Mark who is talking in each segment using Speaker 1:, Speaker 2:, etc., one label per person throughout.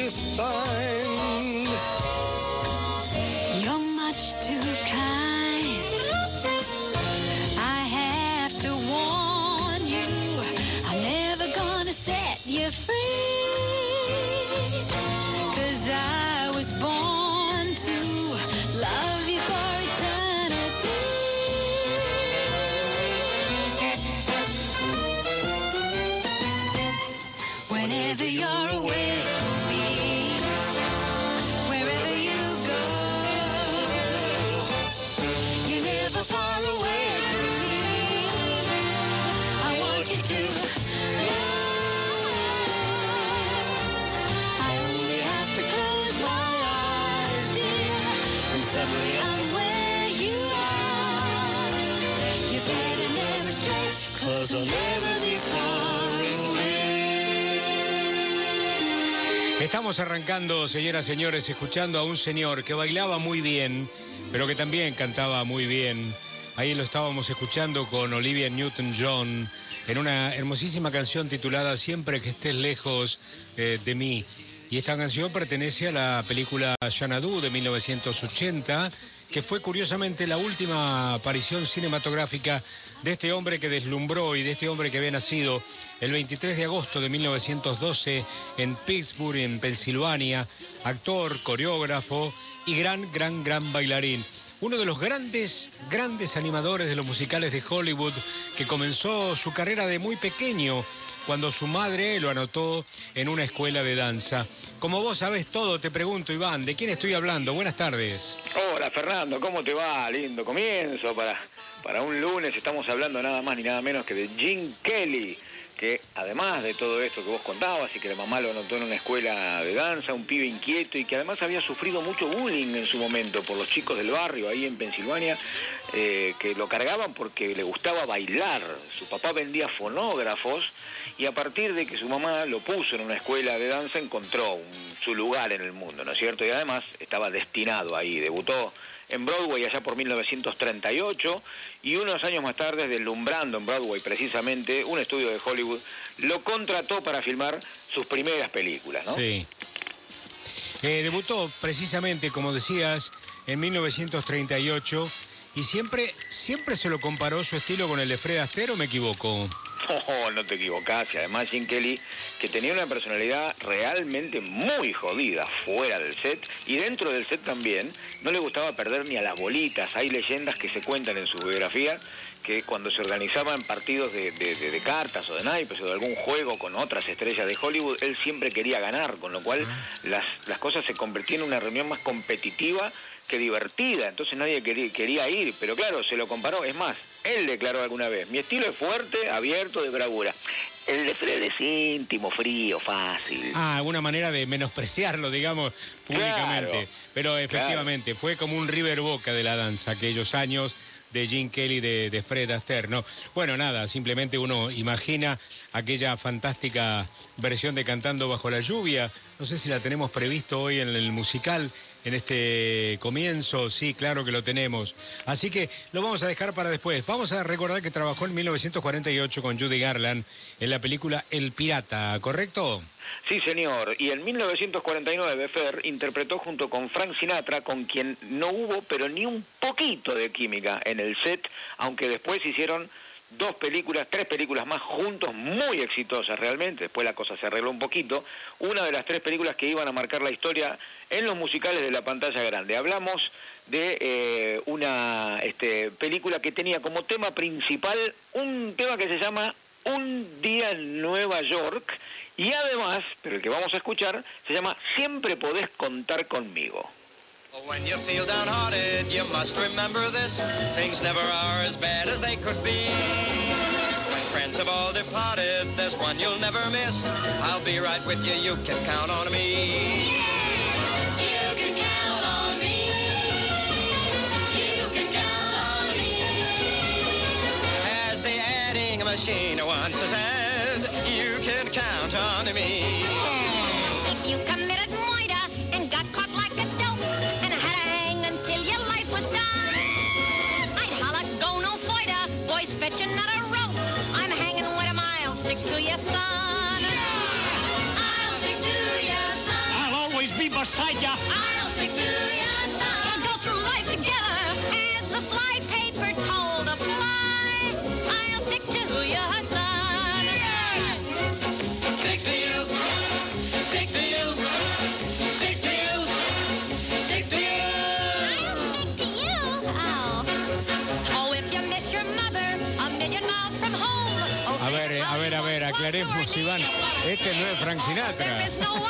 Speaker 1: you find.
Speaker 2: You're much too kind. I have to warn you, I'm never gonna set you free. 'Cause I was born to love you for eternity. Whenever you're away from me, wherever you go, you're never far away from me. I want you to love. I only have to close my eyes, dear, and suddenly I'm where you are. You better never stray, 'cause I'll never be far away.
Speaker 3: Estamos arrancando, señoras y señores, escuchando a un señor que bailaba muy bien, pero que también cantaba muy bien. Ahí lo estábamos escuchando con Olivia Newton-John en una hermosísima canción titulada Siempre que estés lejos de mí. Y esta canción pertenece a la película Xanadu de 1980, que fue curiosamente la última aparición cinematográfica de este hombre que deslumbró y de este hombre que había nacido el 23 de agosto de 1912 en Pittsburgh, en Pensilvania, actor, coreógrafo y gran bailarín. Uno de los grandes animadores de los musicales de Hollywood, que comenzó su carrera de muy pequeño, cuando su madre lo anotó en una escuela de danza. Como vos sabés todo, te pregunto, Iván, ¿de quién estoy hablando? Buenas tardes.
Speaker 4: Hola, Fernando, ¿cómo te va? Lindo comienzo para un lunes. Estamos hablando nada más ni nada menos que de Gene Kelly, que además de todo esto que vos contabas y que la mamá lo anotó en una escuela de danza, un pibe inquieto y que además había sufrido mucho bullying en su momento por los chicos del barrio ahí en Pensilvania, que lo cargaban porque le gustaba bailar. Su papá vendía fonógrafos y a partir de que su mamá lo puso en una escuela de danza encontró su lugar en el mundo, ¿no es cierto? Y además estaba destinado ahí, debutó en Broadway allá por 1938 y unos años más tarde, deslumbrando en Broadway precisamente, un estudio de Hollywood lo contrató para filmar sus primeras películas, ¿no?
Speaker 3: Sí. Debutó precisamente, como decías, en 1938 y siempre se lo comparó su estilo con el de Fred Astaire, ¿o me equivoco?
Speaker 4: No te equivocás, y además Gene Kelly, que tenía una personalidad realmente muy jodida fuera del set y dentro del set también, no le gustaba perder ni a las bolitas. Hay leyendas que se cuentan en su biografía que cuando se organizaban partidos de cartas o de naipes o de algún juego con otras estrellas de Hollywood, él siempre quería ganar, con lo cual las cosas se convertían en una reunión más competitiva que divertida, entonces nadie quería ir, pero claro, se lo comparó. Es más, él declaró alguna vez: mi estilo es fuerte, abierto, de bravura. El de Fred es íntimo, frío, fácil.
Speaker 3: Una manera de menospreciarlo, digamos, públicamente.
Speaker 4: Claro,
Speaker 3: pero efectivamente, fue como un River Boca de la danza, aquellos años de Gene Kelly, de Fred Astaire, ¿no? Bueno, nada, simplemente uno imagina aquella fantástica versión de Cantando Bajo la Lluvia. No sé si la tenemos previsto hoy en el musical, en este comienzo. Sí, claro que lo tenemos. Así que lo vamos a dejar para después. Vamos a recordar que trabajó en 1948 con Judy Garland en la película El Pirata, ¿correcto?
Speaker 4: Sí, señor. Y en 1949 Fer interpretó junto con Frank Sinatra, con quien no hubo pero ni un poquito de química en el set, aunque después hicieron tres películas más juntos, muy exitosas realmente. Después la cosa se arregló un poquito. Una de las tres películas que iban a marcar la historia en los musicales de la pantalla grande. Hablamos de una película que tenía como tema principal un tema que se llama Un día en Nueva York, y además, pero el que vamos a escuchar, se llama Siempre podés contar conmigo.
Speaker 5: When you feel downhearted, you must remember this. Things never are as bad as they could be. When friends have all departed, there's one you'll never miss. I'll be right with you, you can count on me.
Speaker 2: You can count on me. You can count on me.
Speaker 5: As the adding machine once said, you can count on me.
Speaker 2: If you committed murder and got caught like a dope and had to hang until your life was done, I'd holla, go no fighter, boys fetch another rope. I'm hanging with 'em, I'll stick to you, son. I'll stick to you, son.
Speaker 1: I'll
Speaker 6: beside ya.
Speaker 2: I'll stick to your side. Go through life together as the fly paper told the fly. I'll stick to your side.
Speaker 5: Stick to you. Stick to you. Stick to you. Stick to you.
Speaker 2: I'll stick to you. Oh. Oh, if you miss your mother a million miles from home. Oh,
Speaker 3: A ver, aclaremos, Iván. Este no es Frank Sinatra.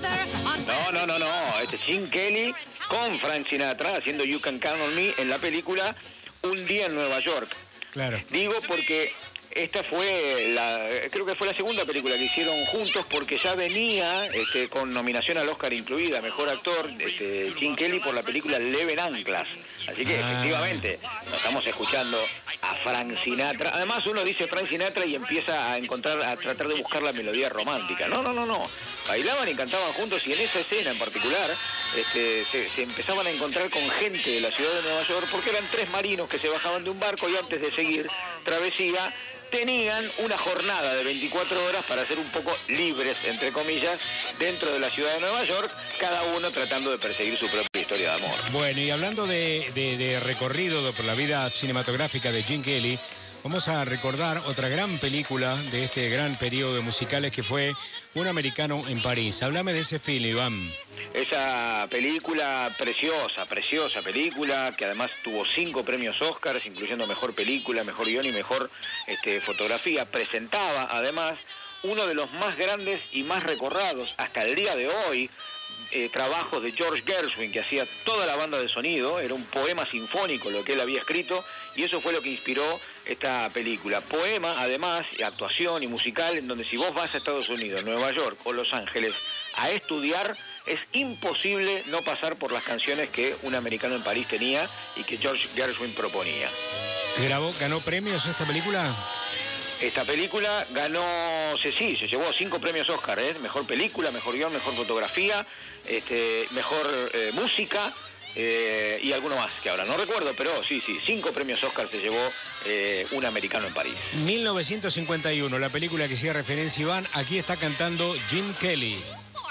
Speaker 4: No. Este es Gene Kelly con Frank Sinatra haciendo You Can Count on Me en la película Un Día en Nueva York.
Speaker 3: Claro.
Speaker 4: Digo porque esta fue creo que fue la segunda película que hicieron juntos, porque ya venía con nominación al Oscar incluida, mejor actor, Gene Kelly por la película Leven Anclas. Así que efectivamente nos estamos escuchando a Frank Sinatra. Además uno dice Frank Sinatra y empieza a tratar de buscar la melodía romántica. No. Bailaban y cantaban juntos, y en esa escena en particular se empezaban a encontrar con gente de la ciudad de Nueva York, porque eran 3 marinos que se bajaban de un barco y antes de seguir travesía tenían una jornada de 24 horas para ser un poco libres, entre comillas, dentro de la ciudad de Nueva York, cada uno tratando de perseguir su propia historia de amor.
Speaker 3: Bueno, y hablando de recorrido por la vida cinematográfica de Gene Kelly, vamos a recordar otra gran película de este gran periodo de musicales, que fue Un americano en París. Háblame de ese film, Iván.
Speaker 4: Esa película, preciosa película, que además tuvo 5 premios Oscars, incluyendo mejor película, mejor guión y mejor fotografía. Presentaba además uno de los más grandes y más recordados hasta el día de hoy, trabajos de George Gershwin, que hacía toda la banda de sonido. Era un poema sinfónico lo que él había escrito, y eso fue lo que inspiró esta película. Poema, además, actuación y musical, en donde si vos vas a Estados Unidos, Nueva York o Los Ángeles a estudiar, es imposible no pasar por las canciones que Un americano en París tenía y que George Gershwin proponía.
Speaker 3: ¿Ganó premios esta película?
Speaker 4: Esta película se llevó 5 premios Oscar, mejor película, mejor guión, mejor fotografía, mejor música y alguno más que ahora no recuerdo, pero sí, 5 premios Oscar se llevó Un americano en París.
Speaker 3: 1951, la película que hacía referencia Iván, aquí está cantando Gene Kelly.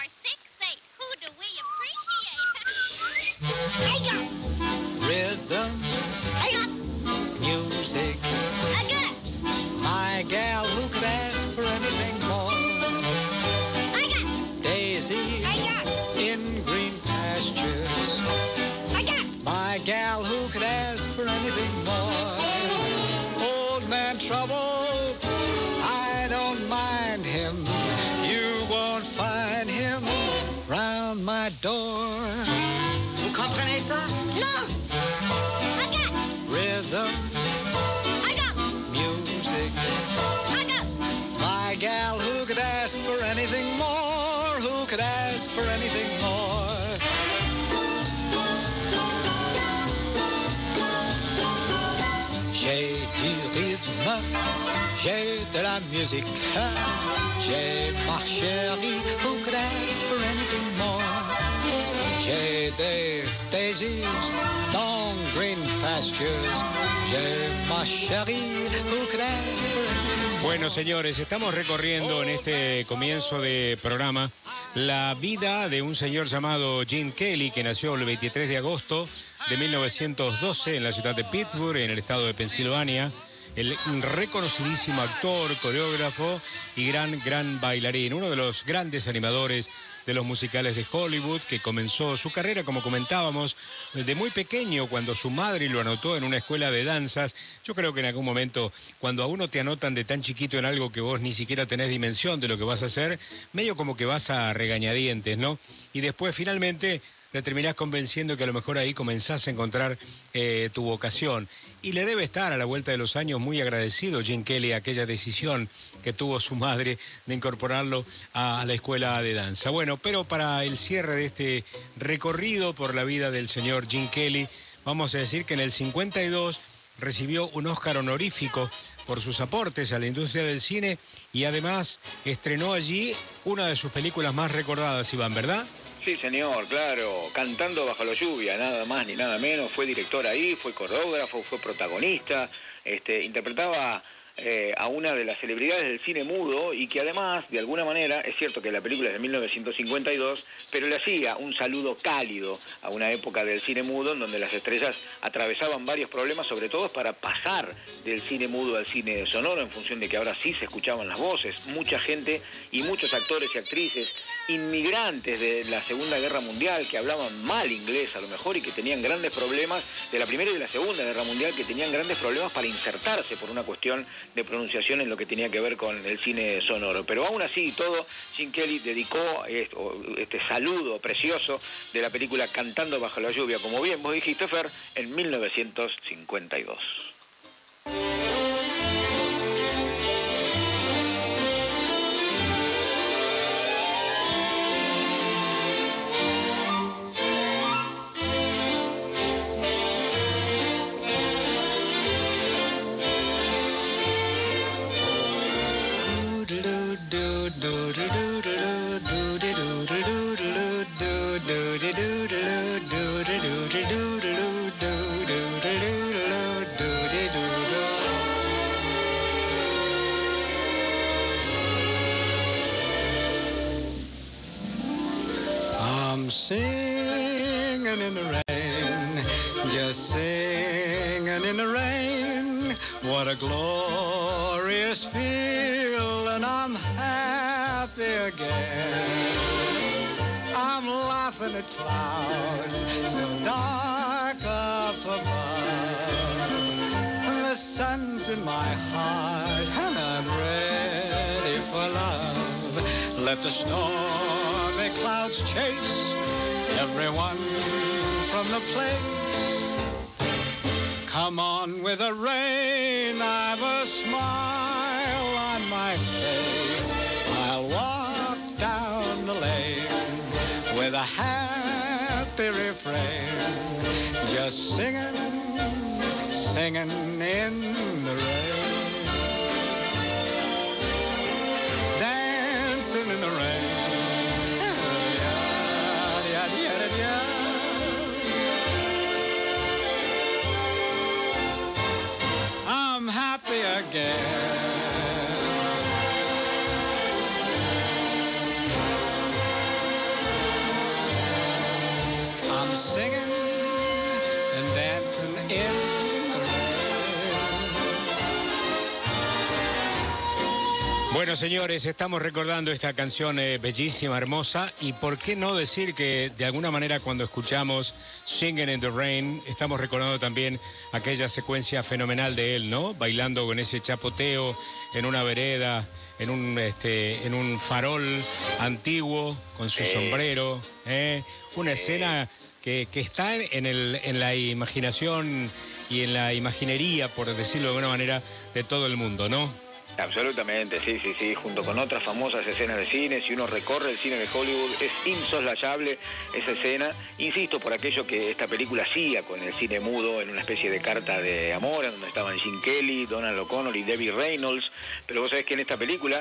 Speaker 1: Rhythm, music, my gal, who could ask for anything more? Daisy in green pastures, my gal, who could ask for anything more? Old man trouble, I don't mind him. You won't find him round my door. Vous comprenez ça?
Speaker 2: No.
Speaker 1: Rhythm, music, my gal, who could ask for anything more? Who could ask for anything more? J'ai du rythme, j'ai de la musique, j'ai ma chérie, who could ask for anything more? J'ai des daisies, long green pastures, j'ai ma chérie, who could ask for anything more?
Speaker 3: Bueno, señores, estamos recorriendo en este comienzo de programa la vida de un señor llamado Gene Kelly, que nació el 23 de agosto de 1912 en la ciudad de Pittsburgh, en el estado de Pensilvania. El reconocidísimo actor, coreógrafo y gran bailarín, uno de los grandes animadores de los musicales de Hollywood, que comenzó su carrera, como comentábamos, desde muy pequeño, cuando su madre lo anotó en una escuela de danzas. Yo creo que en algún momento, cuando a uno te anotan de tan chiquito en algo que vos ni siquiera tenés dimensión de lo que vas a hacer, medio como que vas a regañadientes, ¿no? Y después, finalmente, te terminás convenciendo que a lo mejor ahí comenzás a encontrar tu vocación. Y le debe estar a la vuelta de los años muy agradecido Gene Kelly a aquella decisión que tuvo su madre de incorporarlo a la escuela de danza. Bueno, pero para el cierre de este recorrido por la vida del señor Gene Kelly, vamos a decir que en el 52 recibió un Oscar honorífico por sus aportes a la industria del cine, y además estrenó allí una de sus películas más recordadas, Iván, ¿verdad?
Speaker 4: Sí, señor, claro, Cantando bajo la lluvia, nada más ni nada menos. Fue director ahí, fue coreógrafo, fue protagonista, interpretaba a una de las celebridades del cine mudo y que además, de alguna manera, es cierto que la película es de 1952, pero le hacía un saludo cálido a una época del cine mudo en donde las estrellas atravesaban varios problemas, sobre todo para pasar del cine mudo al cine sonoro, en función de que ahora sí se escuchaban las voces. Mucha gente y muchos actores y actrices inmigrantes de la Segunda Guerra Mundial que hablaban mal inglés a lo mejor y que tenían grandes problemas, de la Primera y de la Segunda Guerra Mundial, que tenían grandes problemas para insertarse por una cuestión de pronunciación en lo que tenía que ver con el cine sonoro. Pero aún así y todo, Gene Kelly dedicó este saludo precioso de la película Cantando bajo la lluvia, como bien vos dijiste, Fer, en 1952.
Speaker 1: I'm singing in the rain, just singing in the rain. What a glorious feeling, I'm happy again. I'm laughing at clouds so dark up above. And the sun's in my heart and I'm ready for love. Let the stormy clouds chase everyone from the place. Come on with the rain, I've a smile on my face. I'll walk down the lane with a happy refrain, just singing, singing in the rain, dancing in the rain. I'm happy again. I'm singing and dancing in the rain.
Speaker 3: Bueno, señores, estamos recordando esta canción bellísima, hermosa, y por qué no decir que de alguna manera cuando escuchamos Singing in the Rain, estamos recordando también aquella secuencia fenomenal de él, ¿no? Bailando con ese chapoteo en una vereda, en un farol antiguo, con su sombrero, una escena que está en la imaginación y en la imaginería, por decirlo de alguna manera, de todo el mundo, ¿no?
Speaker 4: Absolutamente, sí, junto con otras famosas escenas de cine. Si uno recorre el cine de Hollywood, es insoslayable esa escena. Insisto, por aquello que esta película hacía con el cine mudo, en una especie de carta de amor, en donde estaban Gene Kelly, Donald O'Connor y Debbie Reynolds. Pero vos sabés que en esta película,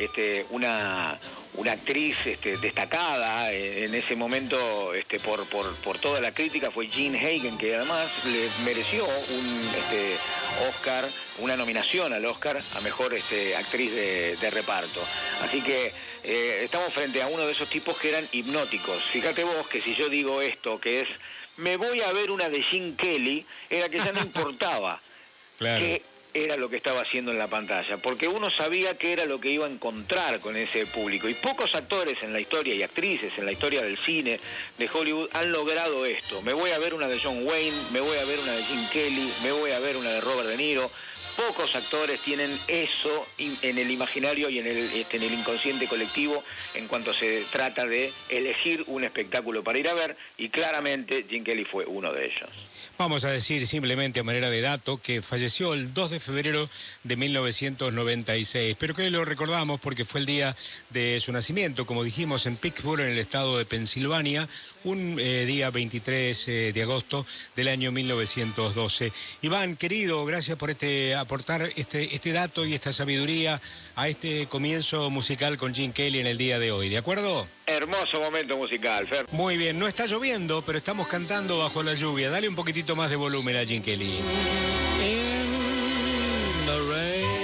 Speaker 4: una actriz destacada en ese momento por toda la crítica fue Jean Hagen, que además le mereció un Oscar, una nominación al Oscar a mejor actriz de reparto. Así que estamos frente a uno de esos tipos que eran hipnóticos. Fíjate vos que si yo digo esto, que es me voy a ver una de Gene Kelly, era que ya no importaba.
Speaker 3: Claro.
Speaker 4: Que era lo que estaba haciendo en la pantalla, porque uno sabía qué era lo que iba a encontrar con ese público, y pocos actores en la historia y actrices en la historia del cine de Hollywood han logrado esto. Me voy a ver una de John Wayne, me voy a ver una de Gene Kelly, me voy a ver una de Robert De Niro. Pocos actores tienen eso en el imaginario y en el inconsciente colectivo en cuanto se trata de elegir un espectáculo para ir a ver, y claramente Gene Kelly fue uno de ellos.
Speaker 3: Vamos a decir simplemente a manera de dato que falleció el 2 de febrero de 1996, pero que lo recordamos porque fue el día de su nacimiento, como dijimos, en Pittsburgh, en el estado de Pensilvania, un día 23 de agosto del año 1912. Iván, querido, gracias por aportar este dato y esta sabiduría a este comienzo musical con Gene Kelly en el día de hoy, ¿de acuerdo?
Speaker 4: Hermoso momento musical, Fer.
Speaker 3: Muy bien, no está lloviendo, pero estamos cantando bajo la lluvia. Dale un poquitito más de volumen a Gene Kelly.
Speaker 1: In the rain.